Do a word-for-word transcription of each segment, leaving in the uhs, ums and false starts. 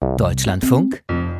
Deutschlandfunk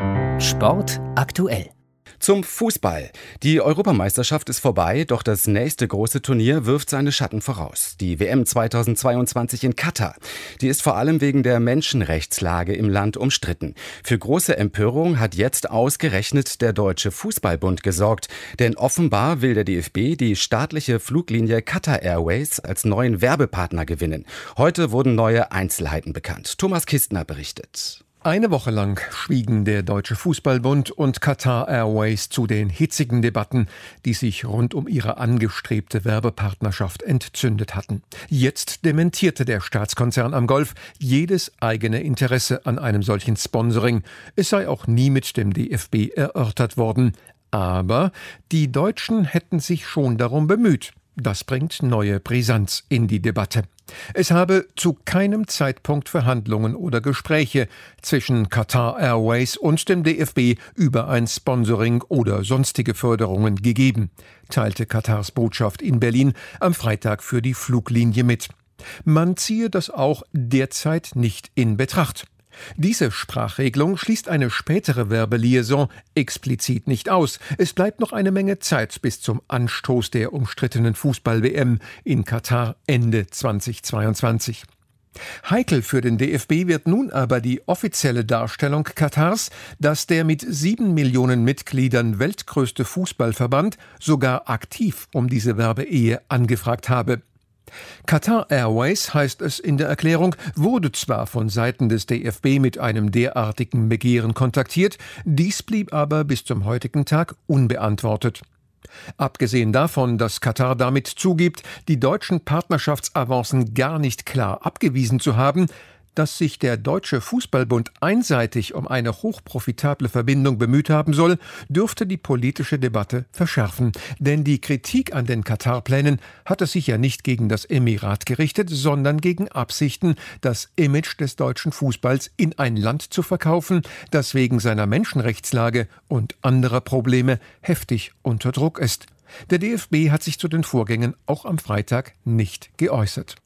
Sport aktuell. Zum Fußball. Die Europameisterschaft ist vorbei, doch das nächste große Turnier wirft seine Schatten voraus. Die W M zweitausendzweiundzwanzig in Katar. Die ist vor allem wegen der Menschenrechtslage im Land umstritten. Für große Empörung hat jetzt ausgerechnet der Deutsche Fußballbund gesorgt. Denn offenbar will der D F B die staatliche Fluglinie Qatar Airways als neuen Werbepartner gewinnen. Heute wurden neue Einzelheiten bekannt. Thomas Kistner berichtet. Eine Woche lang schwiegen der Deutsche Fußballbund und Qatar Airways zu den hitzigen Debatten, die sich rund um ihre angestrebte Werbepartnerschaft entzündet hatten. Jetzt dementierte der Staatskonzern am Golf jedes eigene Interesse an einem solchen Sponsoring. Es sei auch nie mit dem D F B erörtert worden. Aber die Deutschen hätten sich schon darum bemüht. Das bringt neue Brisanz in die Debatte. Es habe zu keinem Zeitpunkt Verhandlungen oder Gespräche zwischen Qatar Airways und dem D F B über ein Sponsoring oder sonstige Förderungen gegeben, teilte Katars Botschaft in Berlin am Freitag für die Fluglinie mit. Man ziehe das auch derzeit nicht in Betracht. Diese Sprachregelung schließt eine spätere Werbeliaison explizit nicht aus. Es bleibt noch eine Menge Zeit bis zum Anstoß der umstrittenen Fußball-W M in Katar Ende zweitausendzweiundzwanzig. Heikel für den D F B wird nun aber die offizielle Darstellung Katars, dass der mit sieben Millionen Mitgliedern weltgrößte Fußballverband sogar aktiv um diese Werbeehe angefragt habe. Qatar Airways, heißt es in der Erklärung, wurde zwar von Seiten des D F B mit einem derartigen Begehren kontaktiert, dies blieb aber bis zum heutigen Tag unbeantwortet. Abgesehen davon, dass Katar damit zugibt, die deutschen Partnerschaftsavancen gar nicht klar abgewiesen zu haben, dass sich der Deutsche Fußballbund einseitig um eine hochprofitable Verbindung bemüht haben soll, dürfte die politische Debatte verschärfen. Denn die Kritik an den Katar-Plänen hatte sich ja nicht gegen das Emirat gerichtet, sondern gegen Absichten, das Image des deutschen Fußballs in ein Land zu verkaufen, das wegen seiner Menschenrechtslage und anderer Probleme heftig unter Druck ist. Der D F B hat sich zu den Vorgängen auch am Freitag nicht geäußert.